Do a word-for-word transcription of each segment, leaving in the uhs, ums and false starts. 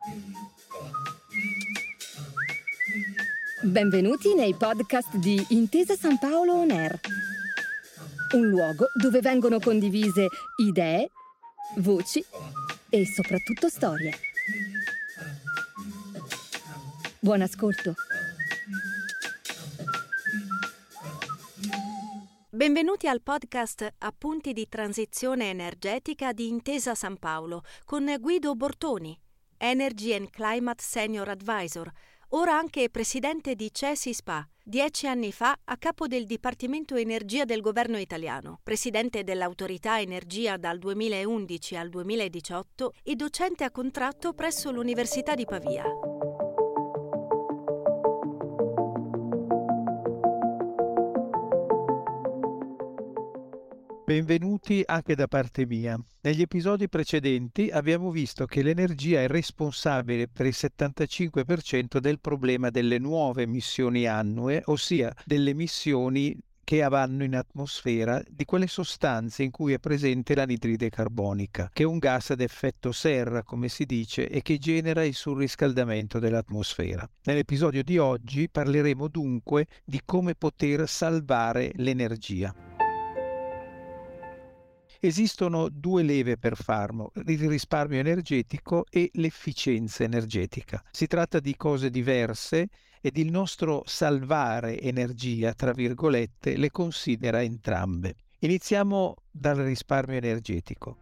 Benvenuti nei podcast di Intesa San Paolo On Air, un luogo dove vengono condivise idee, voci e soprattutto storie. Buon ascolto. Benvenuti al podcast Appunti di transizione energetica di Intesa San Paolo con Guido Bortoni, Energy and Climate Senior Advisor, ora anche presidente di C E S I S P A, dieci anni fa a capo del Dipartimento Energia del Governo italiano, presidente dell'Autorità Energia dal duemilaundici al duemiladiciotto e docente a contratto presso l'Università di Pavia. Benvenuti anche da parte mia. Negli episodi precedenti abbiamo visto che l'energia è responsabile per il settantacinque per cento del problema delle nuove emissioni annue, ossia delle emissioni che vanno in atmosfera di quelle sostanze in cui è presente l'anidride carbonica, che è un gas ad effetto serra, come si dice, e che genera il surriscaldamento dell'atmosfera. Nell'episodio di oggi parleremo dunque di come poter salvare l'energia. Esistono due leve per farlo, il risparmio energetico e l'efficienza energetica. Si tratta di cose diverse ed il nostro salvare energia, tra virgolette, le considera entrambe. Iniziamo dal risparmio energetico.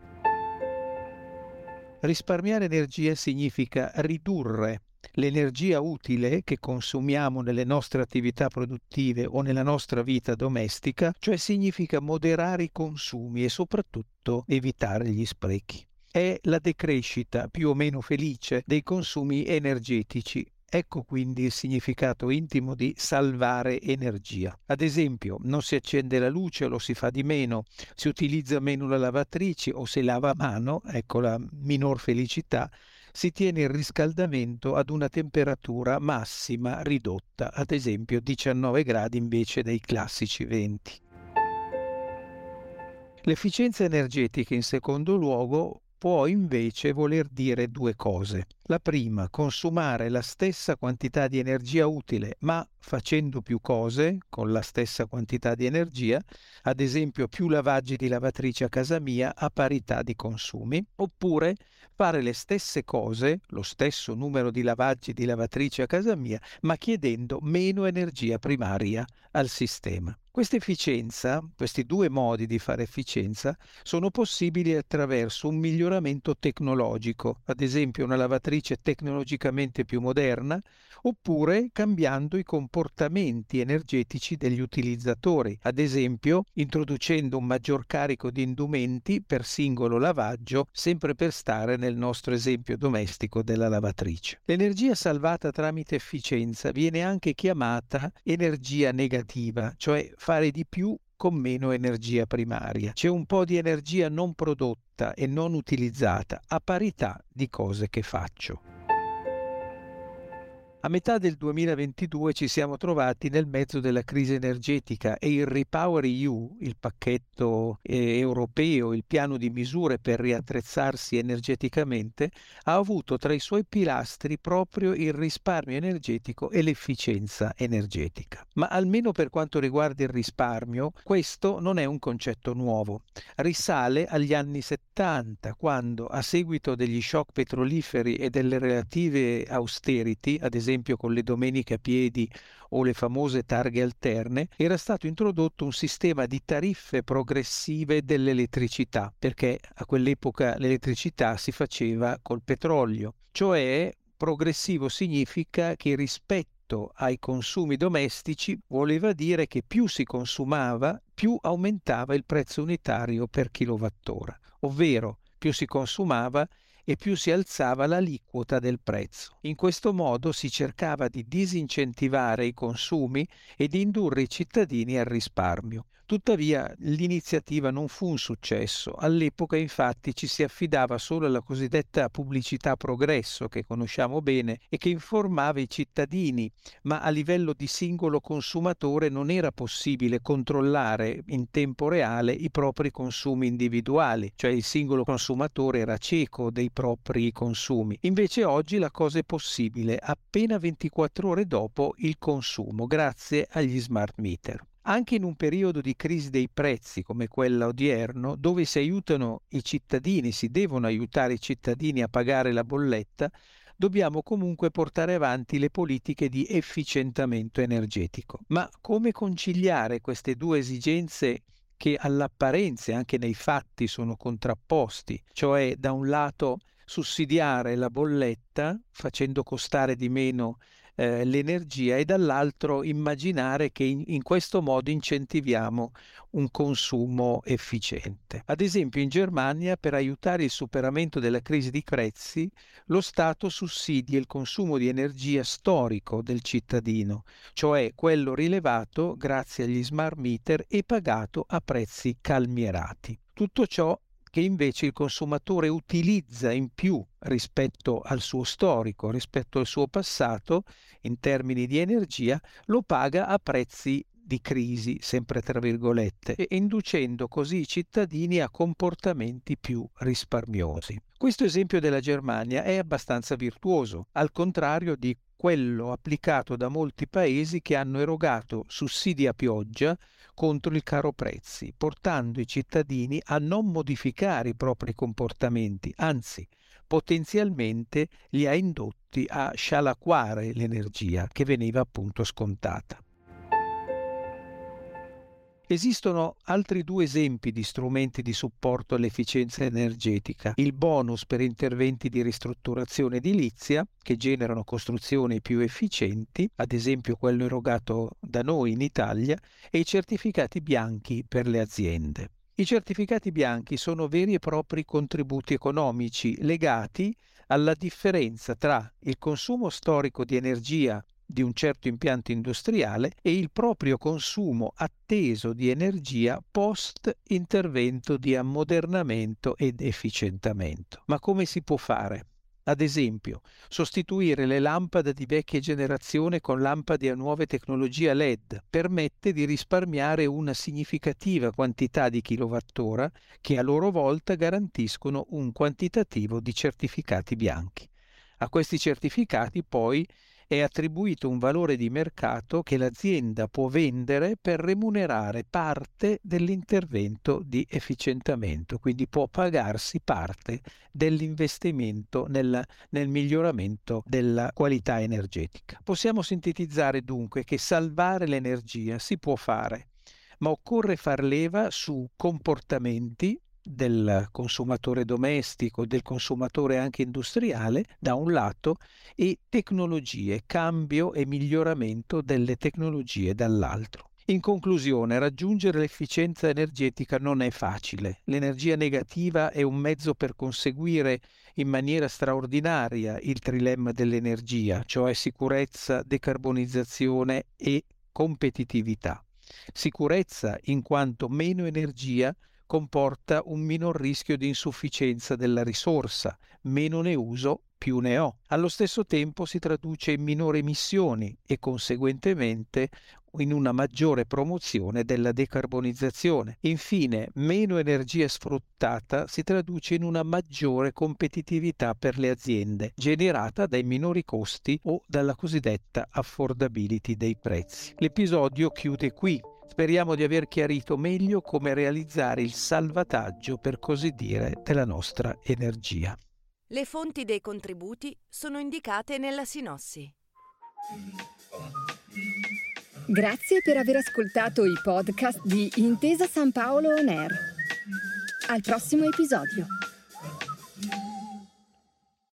Risparmiare energia significa ridurre l'energia utile che consumiamo nelle nostre attività produttive o nella nostra vita domestica, cioè significa moderare i consumi e soprattutto evitare gli sprechi. È la decrescita più o meno felice dei consumi energetici. Ecco quindi il significato intimo di salvare energia. Ad esempio, non si accende la luce o lo si fa di meno, si utilizza meno la lavatrice o si lava a mano, ecco la minor felicità, si tiene il riscaldamento ad una temperatura massima ridotta, ad esempio diciannove gradi invece dei classici venti. L'efficienza energetica, in secondo luogo, può invece voler dire due cose. La prima, consumare la stessa quantità di energia utile, ma facendo più cose con la stessa quantità di energia, ad esempio più lavaggi di lavatrice a casa mia a parità di consumi, oppure fare le stesse cose, lo stesso numero di lavaggi di lavatrice a casa mia, ma chiedendo meno energia primaria al sistema. Questa efficienza, questi due modi di fare efficienza, sono possibili attraverso un miglioramento tecnologico, ad esempio una lavatrice tecnologicamente più moderna, oppure cambiando i comportamenti energetici degli utilizzatori, ad esempio introducendo un maggior carico di indumenti per singolo lavaggio, sempre per stare nel nostro esempio domestico della lavatrice. L'energia salvata tramite efficienza viene anche chiamata energia negativa, cioè fare di più con meno energia primaria. C'è un po' di energia non prodotta e non utilizzata a parità di cose che faccio. A metà del duemilaventidue ci siamo trovati nel mezzo della crisi energetica e il REPowerEU, il pacchetto eh, europeo, il piano di misure per riattrezzarsi energeticamente, ha avuto tra i suoi pilastri proprio il risparmio energetico e l'efficienza energetica. Ma almeno per quanto riguarda il risparmio, questo non è un concetto nuovo. Risale agli anni settanta, quando, a seguito degli shock petroliferi e delle relative austerity, ad esempio con le domeniche a piedi o le famose targhe alterne, era stato introdotto un sistema di tariffe progressive dell'elettricità, perché a quell'epoca l'elettricità si faceva col petrolio, cioè progressivo significa che rispetto ai consumi domestici voleva dire che più si consumava, più aumentava il prezzo unitario per kilowattora, ovvero più si consumava e più si alzava l'aliquota del prezzo. In questo modo si cercava di disincentivare i consumi e di indurre i cittadini al risparmio. Tuttavia l'iniziativa non fu un successo. All'epoca infatti ci si affidava solo alla cosiddetta pubblicità progresso, che conosciamo bene e che informava i cittadini, ma a livello di singolo consumatore non era possibile controllare in tempo reale i propri consumi individuali, cioè il singolo consumatore era cieco dei propri consumi. Invece oggi la cosa è possibile appena ventiquattro ore dopo il consumo, grazie agli smart meter. Anche in un periodo di crisi dei prezzi come quella odierno, dove si aiutano i cittadini, si devono aiutare i cittadini a pagare la bolletta, dobbiamo comunque portare avanti le politiche di efficientamento energetico. Ma come conciliare queste due esigenze che all'apparenza e anche nei fatti sono contrapposti? Cioè, da un lato sussidiare la bolletta facendo costare di meno Eh, l'energia e dall'altro immaginare che in, in questo modo incentiviamo un consumo efficiente. Ad esempio in Germania, per aiutare il superamento della crisi di prezzi, lo Stato sussidia il consumo di energia storico del cittadino, cioè quello rilevato grazie agli smart meter e pagato a prezzi calmierati. Tutto ciò che invece il consumatore utilizza in più rispetto al suo storico, rispetto al suo passato, in termini di energia, lo paga a prezzi di crisi, sempre tra virgolette, e inducendo così i cittadini a comportamenti più risparmiosi. Questo esempio della Germania è abbastanza virtuoso, al contrario di quello applicato da molti paesi che hanno erogato sussidi a pioggia contro il caro prezzi, portando i cittadini a non modificare i propri comportamenti, anzi, potenzialmente li ha indotti a scialacquare l'energia che veniva appunto scontata. Esistono altri due esempi di strumenti di supporto all'efficienza energetica: il bonus per interventi di ristrutturazione edilizia che generano costruzioni più efficienti, ad esempio quello erogato da noi in Italia, e i certificati bianchi per le aziende. I certificati bianchi sono veri e propri contributi economici legati alla differenza tra il consumo storico di energia di un certo impianto industriale e il proprio consumo atteso di energia post intervento di ammodernamento ed efficientamento. Ma come si può fare? Ad esempio, sostituire le lampade di vecchia generazione con lampade a nuove tecnologie L E D permette di risparmiare una significativa quantità di kilowattora che a loro volta garantiscono un quantitativo di certificati bianchi. A questi certificati poi è attribuito un valore di mercato che l'azienda può vendere per remunerare parte dell'intervento di efficientamento, quindi può pagarsi parte dell'investimento nel, nel miglioramento della qualità energetica. Possiamo sintetizzare dunque che salvare l'energia si può fare, ma occorre far leva su comportamenti del consumatore domestico, del consumatore anche industriale, da un lato, e tecnologie, cambio e miglioramento delle tecnologie dall'altro. In conclusione, raggiungere l'efficienza energetica non è facile. L'energia negativa è un mezzo per conseguire in maniera straordinaria il trilemma dell'energia, cioè sicurezza, decarbonizzazione e competitività. Sicurezza in quanto meno energia comporta un minor rischio di insufficienza della risorsa, meno ne uso, più ne ho. Allo stesso tempo si traduce in minori emissioni e conseguentemente in una maggiore promozione della decarbonizzazione. Infine, meno energia sfruttata si traduce in una maggiore competitività per le aziende, generata dai minori costi o dalla cosiddetta affordability dei prezzi. L'episodio chiude qui. Speriamo di aver chiarito meglio come realizzare il salvataggio, per così dire, della nostra energia. Le fonti dei contributi sono indicate nella sinossi. Grazie per aver ascoltato i podcast di Intesa San Paolo On Air. Al prossimo episodio.